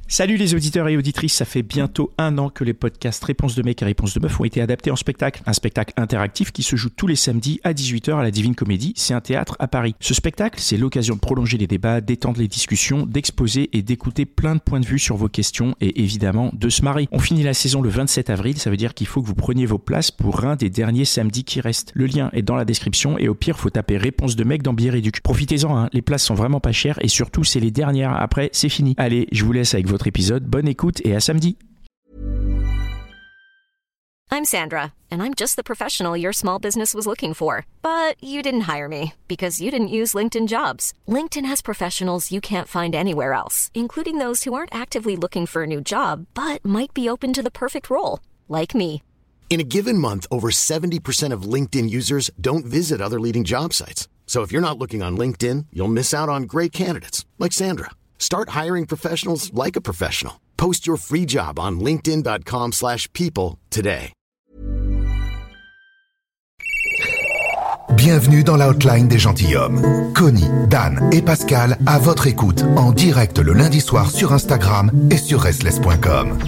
Salut les auditeurs et auditrices, ça fait bientôt 1 an que les podcasts Réponse de mec et Réponse de meuf ont été adaptés en spectacle. Un spectacle interactif qui se joue tous les samedis à 18h à la Divine Comédie, c'est un théâtre à Paris. Ce spectacle, c'est l'occasion de prolonger les débats, d'étendre les discussions, d'exposer et d'écouter plein de points de vue sur vos questions et évidemment de se marrer. On finit la saison le 27 avril, ça veut dire qu'il faut que vous preniez vos places pour un des derniers samedis qui restent. Le lien est dans la description et au pire, faut taper Réponse de mec dans Bière-Éduc. Profitez-en, hein, les places sont vraiment pas chères et surtout, c'est les dernières. Après, c'est fini. Allez, je vous laisse avec votre épisode. Bonne écoute et à samedi. I'm Sandra, and I'm just the professional your small business was looking for. But you didn't hire me because you didn't use LinkedIn Jobs. LinkedIn has professionals you can't find anywhere else, including those who aren't actively looking for a new job, but might be open to the perfect role, like me. In a given month, over 70% of LinkedIn users don't visit other leading job sites. So if you're not looking on LinkedIn, you'll miss out on great candidates, like Sandra. Start hiring professionals like a professional. Post your free job on linkedin.com/people today. Bienvenue dans la hotline des gentilshommes. Connie, Dan et Pascal à votre écoute en direct le lundi soir sur Instagram et sur restless.com.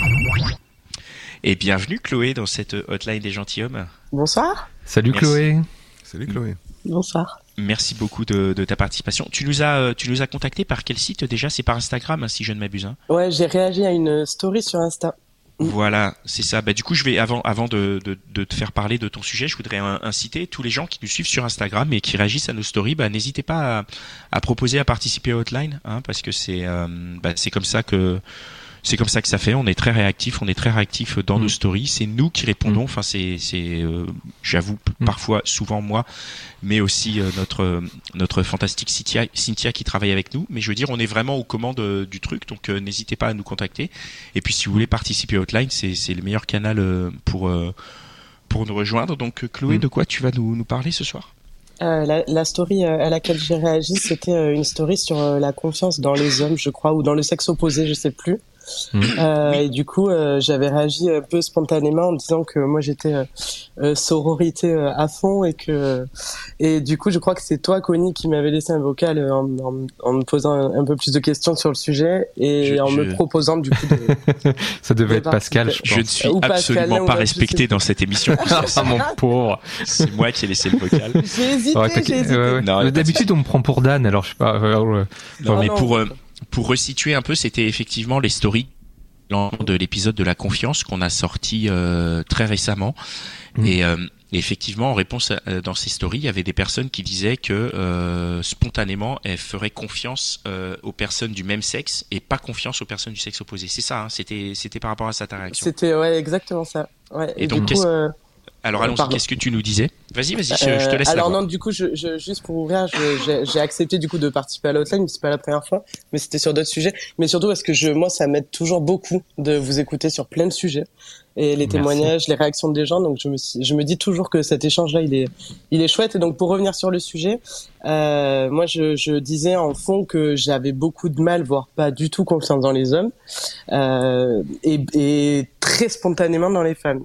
Et bienvenue Chloé dans cette hotline des gentilshommes. Bonsoir. Salut Merci. Chloé. Salut Chloé. Bonsoir. Merci beaucoup de ta participation. Tu nous as contacté par quel site déjà ? C'est par Instagram, hein, si je ne m'abuse. Hein. Ouais, j'ai réagi à une story sur Insta. Voilà, c'est ça. Bah, du coup, je vais avant de te faire parler de ton sujet, je voudrais inciter tous les gens qui nous suivent sur Instagram et qui réagissent à nos stories. Bah, n'hésitez pas à proposer à participer à Hotline, hein, parce que c'est comme ça que ça fait. On est très réactif dans nos stories. C'est nous qui répondons. Enfin, j'avoue, parfois, souvent moi, mais aussi notre fantastique Cynthia qui travaille avec nous. Mais je veux dire, on est vraiment aux commandes du truc. Donc, n'hésitez pas à nous contacter. Et puis, si vous voulez participer à Hotline, c'est le meilleur canal pour nous rejoindre. Donc, Chloé, de quoi tu vas nous parler ce soir ? La story à laquelle j'ai réagi, c'était une story sur la confiance dans les hommes, je crois, ou dans le sexe opposé, je sais plus. Et du coup, j'avais réagi un peu spontanément en disant que moi j'étais sororité à fond et du coup, je crois que c'est toi, Connie, qui m'avais laissé un vocal en me posant un peu plus de questions sur le sujet et me proposant du coup de... Ça devait être Pascal, je pense. Je ne suis absolument pas respecté dans cette émission. Ah mon pauvre. C'est moi qui ai laissé le vocal. J'ai hésité. Ouais. Non, d'habitude, on me prend pour Dan, alors je sais pas. Pour resituer un peu, c'était effectivement les stories de l'épisode de la confiance qu'on a sorti très récemment. Et effectivement, en réponse dans ces stories, il y avait des personnes qui disaient que spontanément, elles feraient confiance aux personnes du même sexe et pas confiance aux personnes du sexe opposé. C'est ça, hein, c'était par rapport à ça ta réaction. C'était exactement ça. Ouais. Et donc, du coup, alors allons-y, qu'est-ce que tu nous disais ? Vas-y, je te laisse. Alors non, du coup, juste pour ouvrir, j'ai accepté du coup de participer à l'hotline, c'est pas la première fois, mais c'était sur d'autres sujets. Mais surtout parce que moi, ça m'aide toujours beaucoup de vous écouter sur plein de sujets et les témoignages, les réactions des gens. Donc je me dis toujours que cet échange-là, il est chouette. Et donc pour revenir sur le sujet, moi je disais en fond que j'avais beaucoup de mal, voire pas du tout confiance dans les hommes, et très spontanément dans les femmes.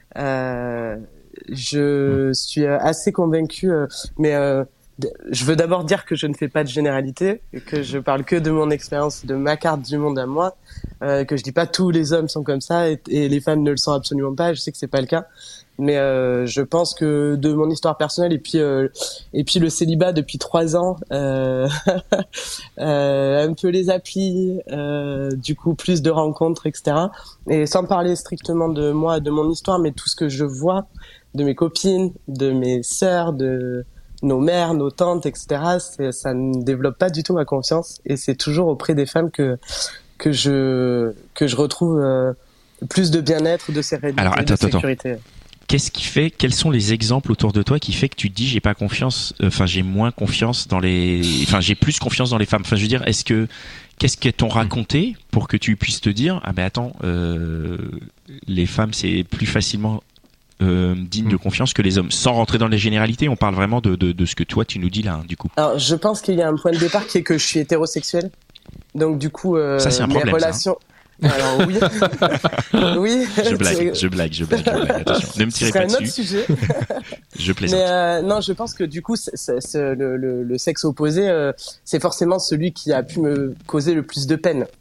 Je suis assez convaincue, mais je veux d'abord dire que je ne fais pas de généralité, que je parle que de mon expérience, de ma carte du monde à moi, que je dis pas tous les hommes sont comme ça et les femmes ne le sont absolument pas. Je sais que c'est pas le cas, mais je pense que de mon histoire personnelle et puis le célibat depuis 3 ans, un peu les applis, du coup plus de rencontres, etc. Et sans parler strictement de moi, de mon histoire, mais tout ce que je vois de mes copines, de mes sœurs, de nos mères, nos tantes, etc. Ça ne développe pas du tout ma confiance et c'est toujours auprès des femmes que je retrouve plus de bien-être, de sérénité, de sécurité. Qu'est-ce qui fait, quels sont les exemples autour de toi qui fait que tu te dis j'ai pas confiance, j'ai moins confiance j'ai plus confiance dans les femmes. Enfin, je veux dire, qu'est-ce qu'elles t'ont raconté pour que tu puisses te dire ah ben attends, les femmes c'est plus facilement digne de confiance que les hommes. Sans rentrer dans les généralités, on parle vraiment de ce que toi tu nous dis là, hein, du coup. Alors, je pense qu'il y a un point de départ qui est que je suis hétérosexuel. Donc du coup, ça c'est un problème, mes relations. Ça, hein. Alors oui, oui. Je blague. Attention, ne me tirez pas dessus. C'est un autre sujet. Je plaisante. Mais non, je pense que du coup, le sexe opposé, c'est forcément celui qui a pu me causer le plus de peine.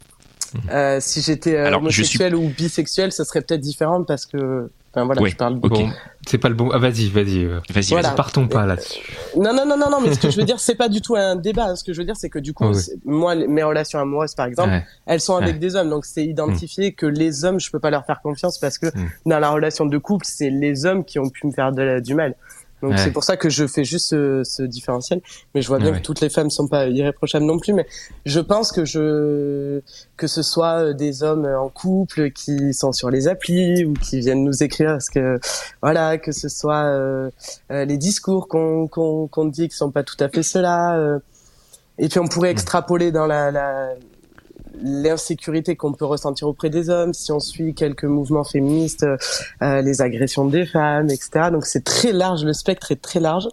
Si j'étais homosexuel ou bisexuel, ça serait peut-être différent parce que, enfin voilà, je parle. Okay. Bon, c'est pas le bon. Ah, vas-y. Voilà. Partons pas là-dessus. Non, mais ce que je veux dire, c'est pas du tout un débat. Ce que je veux dire, c'est que du coup, moi, mes relations amoureuses, par exemple, elles sont avec des hommes, donc c'est identifié que les hommes, je peux pas leur faire confiance parce que dans la relation de couple, c'est les hommes qui ont pu me faire du mal. Donc c'est pour ça que je fais juste ce différentiel, mais je vois bien que toutes les femmes sont pas irréprochables non plus, mais je pense que ce soit des hommes en couple qui sont sur les applis ou qui viennent nous écrire parce que voilà, que ce soit les discours qu'on dit qui sont pas tout à fait ceux-là, et puis on pourrait extrapoler dans l'insécurité qu'on peut ressentir auprès des hommes si on suit quelques mouvements féministes, les agressions des femmes, etc. Donc c'est très large, le spectre est très large.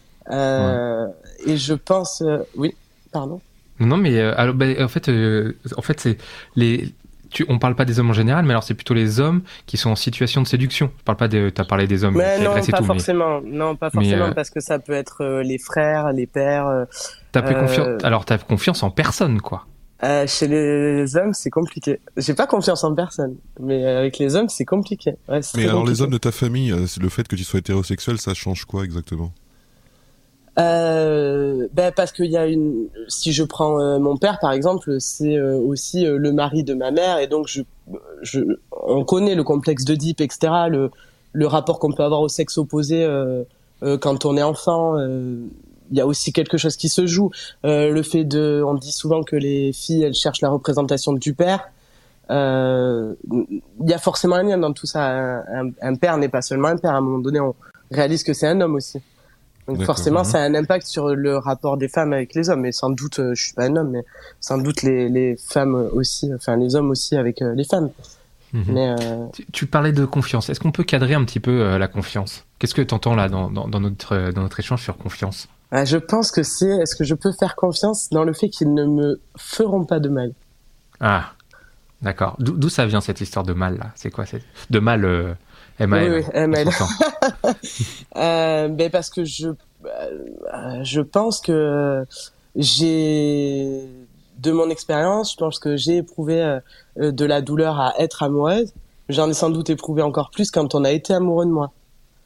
Et je pense... oui, pardon. Non, mais alors, en fait, c'est on parle pas des hommes en général, mais alors c'est plutôt les hommes qui sont en situation de séduction. Je parle pas t'as parlé des hommes mais qui agressent et tout. Non, pas forcément, parce que ça peut être les frères, les pères. T'as confiance en personne, quoi. Chez les hommes, c'est compliqué. J'ai pas confiance en personne, mais avec les hommes, c'est compliqué. Ouais, mais alors, compliqué. Les hommes de ta famille, le fait que tu sois hétérosexuel, ça change quoi exactement ? Parce qu'il y a si je prends mon père par exemple, c'est aussi le mari de ma mère, et donc on connaît le complexe d'Oedipe, etc. Le rapport qu'on peut avoir au sexe opposé quand on est enfant. Il y a aussi quelque chose qui se joue. Le fait on dit souvent que les filles, elles cherchent la représentation du père. Il y a forcément un lien dans tout ça. Un père n'est pas seulement un père. À un moment donné, on réalise que c'est un homme aussi. Donc forcément, ça a un impact sur le rapport des femmes avec les hommes. Et sans doute, je suis pas un homme, mais sans doute les femmes aussi, enfin les hommes aussi avec les femmes. Mais tu parlais de confiance. Est-ce qu'on peut cadrer un petit peu la confiance ? Qu'est-ce que tu entends là dans notre échange sur confiance ? Je pense que est-ce que je peux faire confiance dans le fait qu'ils ne me feront pas de mal ? Ah, d'accord. D'où ça vient cette histoire de mal là ? C'est quoi de mal MAL. Oui, ML. Parce que je pense que de mon expérience, je pense que j'ai éprouvé de la douleur à être amoureuse. J'en ai sans doute éprouvé encore plus quand on a été amoureux de moi.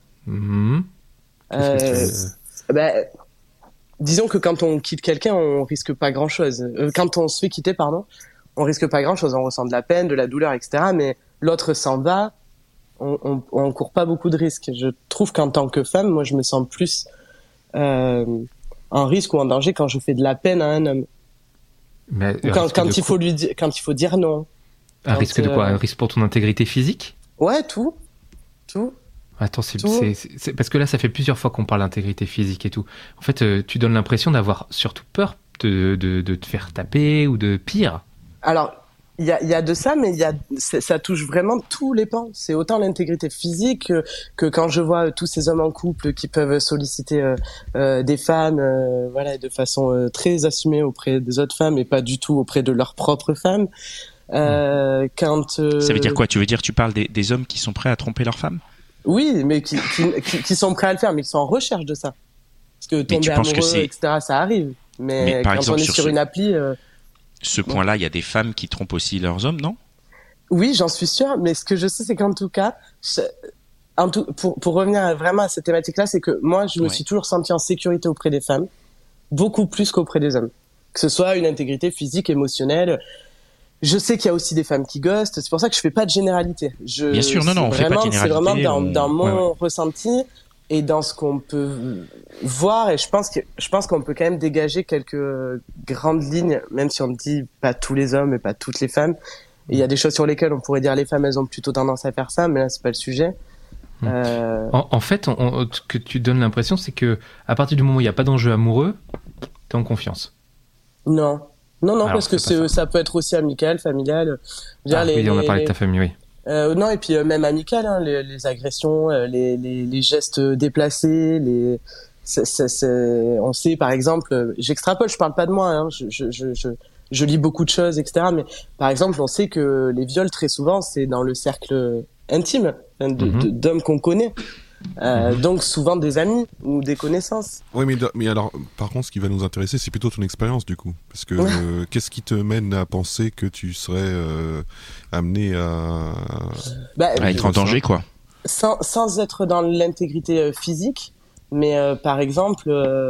Disons que quand on quitte quelqu'un, on risque pas grand-chose. Quand on se fait quitter, on risque pas grand-chose. On ressent de la peine, de la douleur, etc. Mais l'autre s'en va, on court pas beaucoup de risques. Je trouve qu'en tant que femme, moi, je me sens plus en risque ou en danger quand je fais de la peine à un homme. Mais quand il faut dire non. Un risque de quoi ? Un risque pour ton intégrité physique ? Ouais, tout. Attends, c'est parce que là, ça fait plusieurs fois qu'on parle d'intégrité physique et tout. En fait, tu donnes l'impression d'avoir surtout peur de te faire taper ou de pire. Alors, il y a de ça, mais ça touche vraiment tous les pans. C'est autant l'intégrité physique que quand je vois tous ces hommes en couple qui peuvent solliciter des femmes, de façon très assumée auprès des autres femmes et pas du tout auprès de leurs propres femmes. Ça veut dire quoi ? Tu parles des hommes qui sont prêts à tromper leurs femmes ? Oui, mais qui sont prêts à le faire, mais qui sont en recherche de ça. Parce que tomber amoureux, etc., ça arrive. Mais quand exemple, on est sur une appli... Ce point-là, il y a des femmes qui trompent aussi leurs hommes, non ? Oui, j'en suis sûre, mais ce que je sais, c'est qu'en tout cas, pour revenir vraiment à cette thématique-là, c'est que moi, je me suis toujours sentie en sécurité auprès des femmes, beaucoup plus qu'auprès des hommes. Que ce soit une intégrité physique, émotionnelle... Je sais qu'il y a aussi des femmes qui ghostent, c'est pour ça que je fais pas de généralité. Bien sûr, non, on fait pas de généralité. C'est vraiment dans mon ressenti et dans ce qu'on peut voir, et je pense qu'on peut quand même dégager quelques grandes lignes, même si on ne dit pas tous les hommes et pas toutes les femmes. Et il y a des choses sur lesquelles on pourrait dire les femmes, elles ont plutôt tendance à faire ça, mais là c'est pas le sujet. En fait, ce que tu donnes l'impression, c'est que à partir du moment où il n'y a pas d'enjeu amoureux, t'es en confiance. Non, alors, parce que ça peut être aussi amical, familial. On a parlé de ta famille, oui. Non, et puis même amical, hein, les agressions, les gestes déplacés, on sait par exemple, j'extrapole, je parle pas de moi, hein, je lis beaucoup de choses, etc. Mais par exemple, on sait que les viols très souvent c'est dans le cercle intime d'hommes qu'on connaît. Donc souvent des amis ou des connaissances. Oui, mais alors, par contre, ce qui va nous intéresser, c'est plutôt ton expérience, du coup. Parce que qu'est-ce qui te mène à penser que tu serais amené à être en danger, quoi. Sans être dans l'intégrité physique, mais par exemple,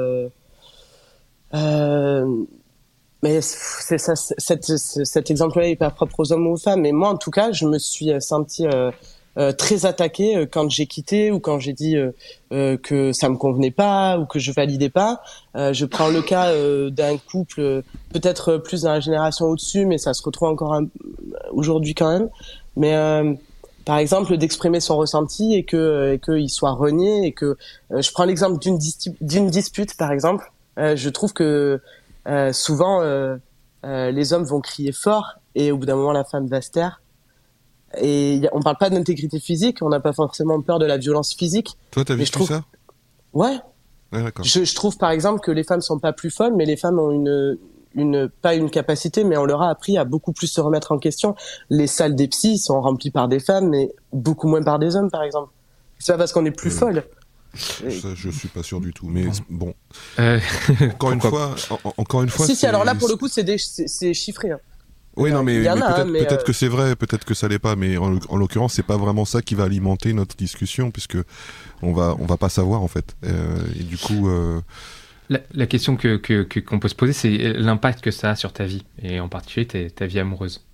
mais c'est ça, cet exemple-là n'est pas propre aux hommes ou aux femmes, mais moi, en tout cas, je me suis senti très attaquée quand j'ai quitté ou quand j'ai dit que ça me convenait pas ou que je validais pas. Je prends le cas d'un couple peut-être plus dans la génération au-dessus, mais ça se retrouve encore aujourd'hui quand même. Mais par exemple, d'exprimer son ressenti et que il soit renié et que je prends l'exemple d'une dispute par exemple. Je trouve que souvent les hommes vont crier fort et au bout d'un moment la femme va se taire. Et on parle pas d'intégrité physique, on n'a pas forcément peur de la violence physique. Toi, t'as vécu ça ? Ouais. D'accord. Je trouve par exemple que les femmes sont pas plus folles, mais les femmes ont pas une capacité, mais on leur a appris à beaucoup plus se remettre en question. Les salles des psys sont remplies par des femmes, mais beaucoup moins par des hommes, par exemple. C'est pas parce qu'on est plus folle. Ça, je suis pas sûr du tout, mais bon. Encore une fois. Si, alors là, pour le coup, c'est chiffré. Hein. Oui, non, mais peut-être mais que c'est vrai, peut-être que ça l'est pas, mais en l'occurrence, c'est pas vraiment ça qui va alimenter notre discussion, puisque on va pas savoir en fait. Et du coup, la question qu'on peut se poser, c'est l'impact que ça a sur ta vie, et en particulier ta vie amoureuse.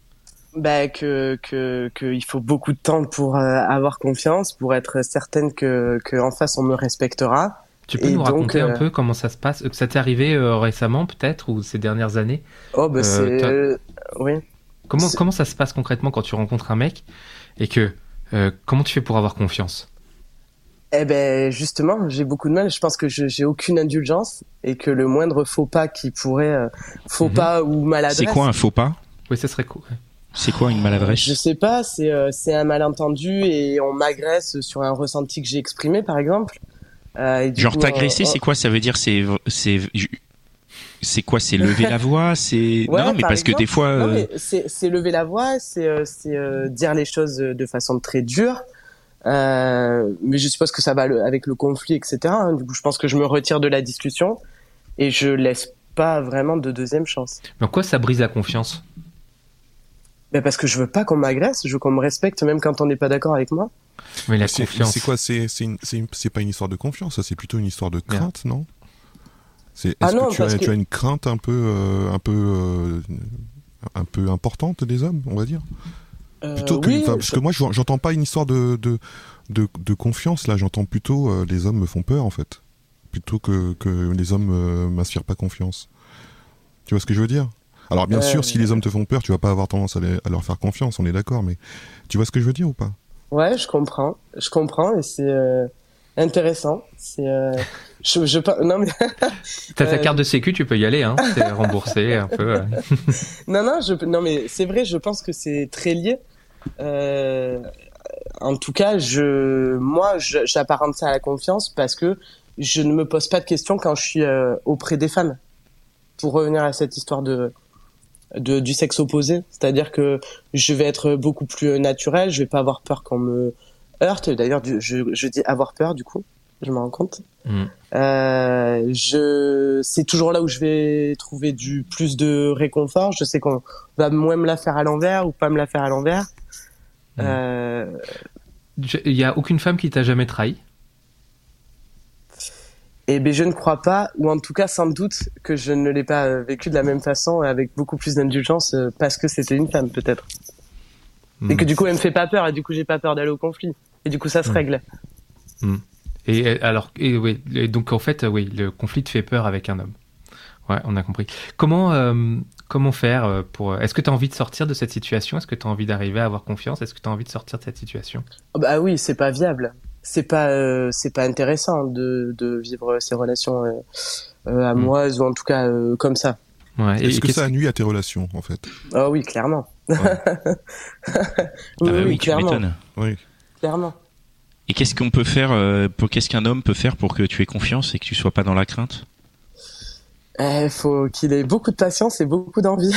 Que il faut beaucoup de temps pour avoir confiance, pour être certaine que en face on me respectera. Tu peux nous raconter un peu comment ça se passe ? Ça t'est arrivé récemment peut-être ou ces dernières années ? Oui. Comment ça se passe concrètement quand tu rencontres un mec et que comment tu fais pour avoir confiance ? Eh ben justement, j'ai beaucoup de mal. Je pense que j'ai aucune indulgence et que le moindre faux pas qui pourrait pas ou maladresse. C'est quoi un faux pas ? Oui, ça serait cool. C'est quoi une maladresse ? Je sais pas. C'est un malentendu et on m'agresse sur un ressenti que j'ai exprimé, par exemple. Genre t'agresser, c'est quoi ? Ça veut dire c'est quoi ? C'est lever la voix ? C'est non, mais parce exemple, que des fois. Non, mais c'est lever la voix, c'est dire les choses de façon très dure. Mais je suppose que ça va avec le conflit, etc. Hein. Du coup, je pense que je me retire de la discussion et je laisse pas vraiment de deuxième chance. Mais en quoi ça brise la confiance ? Parce que je veux pas qu'on m'agresse, je veux qu'on me respecte même quand on n'est pas d'accord avec moi. Mais la confiance. C'est quoi ? C'est pas une histoire de confiance, ça, c'est plutôt une histoire de crainte, non ? Tu as une crainte un peu importante des hommes, on va dire. Plutôt parce que moi, j'entends pas une histoire de confiance là. J'entends plutôt les hommes me font peur en fait, plutôt que les hommes m'inspirent pas confiance. Tu vois ce que je veux dire ? Alors bien sûr, si les hommes te font peur, tu vas pas avoir tendance à leur faire confiance. On est d'accord, mais tu vois ce que je veux dire ou pas ? Ouais, je comprends et c'est intéressant. C'est non mais t'as ta carte de sécu, tu peux y aller, hein. C'est remboursé un peu. non mais c'est vrai, je pense que c'est très lié. En tout cas, j'apparente ça à la confiance parce que je ne me pose pas de questions quand je suis auprès des femmes. Pour revenir à cette histoire du sexe opposé, c'est-à-dire que je vais être beaucoup plus naturel, je vais pas avoir peur qu'on me heurte. D'ailleurs, je dis avoir peur, du coup, je me rends compte. C'est toujours là où je vais trouver plus de réconfort. Je sais qu'on va moins me la faire à l'envers ou pas me la faire à l'envers. Il y a aucune femme qui t'a jamais trahi ? Je ne crois pas, ou en tout cas sans doute que je ne l'ai pas vécu de la même façon, avec beaucoup plus d'indulgence, parce que c'était une femme peut-être. Et que du coup elle me fait pas peur, et du coup j'ai pas peur d'aller au conflit. Et du coup ça se règle. Et donc en fait, oui, le conflit te fait peur avec un homme. Ouais, on a compris. Comment faire pour... Est-ce que tu as envie de sortir de cette situation ? Est-ce que tu as envie d'arriver à avoir confiance ? Est-ce que tu as envie de sortir de cette situation ? Bah oui, c'est pas viable. C'est pas intéressant de vivre ces relations amoureuses ou en tout cas comme ça. Ouais. Est-ce que ça nuit à tes relations en fait ? Ah oui, clairement. Ouais. oui, tu m'étonnes. Oui. Clairement. Et qu'est-ce qu'on peut faire qu'est-ce qu'un homme peut faire pour que tu aies confiance et que tu sois pas dans la crainte ? Faut qu'il ait beaucoup de patience et beaucoup d'envie.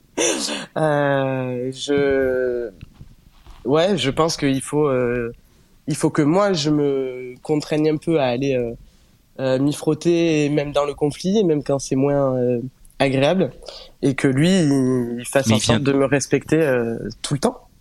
Je pense qu'il faut il faut que moi je me contraigne un peu à aller m'y frotter, même dans le conflit, même quand c'est moins agréable, et que lui il fasse en sorte de me respecter tout le temps.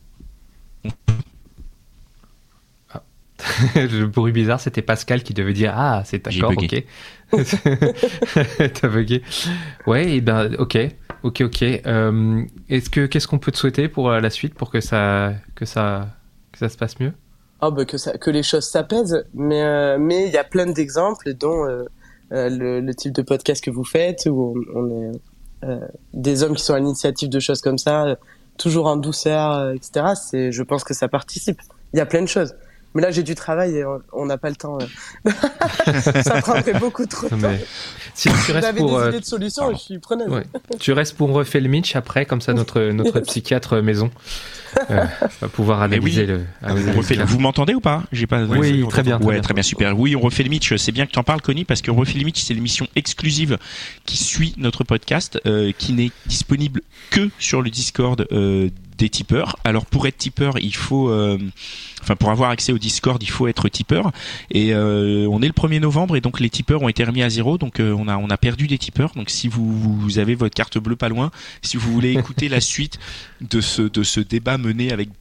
Le bruit bizarre, c'était Pascal qui devait dire ah c'est d'accord, ok. T'as bugué. Ouais, et ben ok. Qu'est-ce qu'on peut te souhaiter pour la suite pour que ça se passe mieux? Que les choses s'apaisent, mais il y a plein d'exemples, dont le type de podcast que vous faites, où on est des hommes qui sont à l'initiative de choses comme ça, toujours en douceur, etc. Je pense que ça participe. Il y a plein de choses. Mais là, j'ai du travail et on n'a pas le temps. Ça prendrait beaucoup trop de temps. Si tu restes des idées de solutions, je suis preneuse. Ouais. Tu restes pour refait le Mitch après, comme ça notre psychiatre maison va pouvoir analyser Vous m'entendez ou pas? Oui, très bien. Ouais, très bien, super. Oui, on refait le Mitch. C'est bien que tu en parles, Connie, parce que refait le Mitch, c'est l'émission exclusive qui suit notre podcast, qui n'est disponible que sur le Discord des tipeurs. Alors pour être tipeur, il faut pour avoir accès au Discord, il faut être tipeur, et on est le 1er novembre et donc les tipeurs ont été remis à 0, donc on a perdu des tipeurs. Donc si vous avez votre carte bleue pas loin, si vous voulez écouter la suite de ce débat mené avec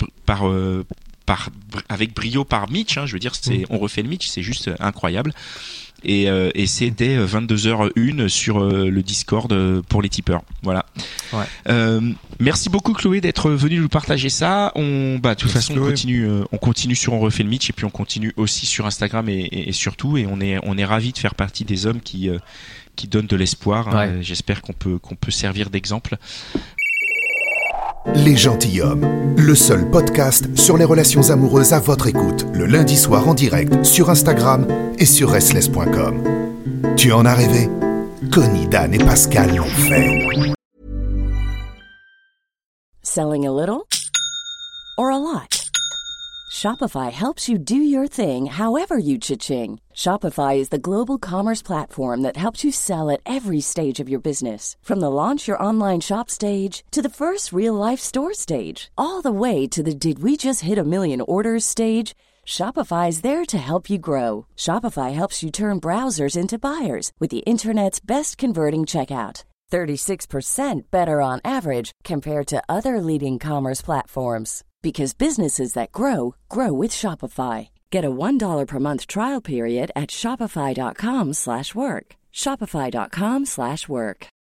brio par Mitch, je veux dire, on refait le Mitch, c'est juste incroyable. Et c'est dès 22h01 sur le Discord pour les tipeurs. Voilà. Ouais. Merci beaucoup Chloé d'être venue nous partager ça. De toute façon on continue sur On refait le Mitch, et puis on continue aussi sur Instagram et surtout, et on est ravis de faire partie des hommes qui donnent de l'espoir. Ouais. J'espère qu'on peut servir d'exemple. Les Gentilshommes, le seul podcast sur les relations amoureuses à votre écoute, le lundi soir en direct sur Instagram et sur restless.com. Tu en as rêvé? Connie, Dan et Pascal l'ont fait. Selling a little or a lot? Shopify helps you do your thing however you cha-ching. Shopify is the global commerce platform that helps you sell at every stage of your business. From the launch your online shop stage to the first real-life store stage, all the way to the did we just hit a million orders stage. Shopify is there to help you grow. Shopify helps you turn browsers into buyers with the internet's best converting checkout. 36% better on average compared to other leading commerce platforms. Because businesses that grow, grow with Shopify. Get a $1 per month trial period at shopify.com/work. Shopify.com/work.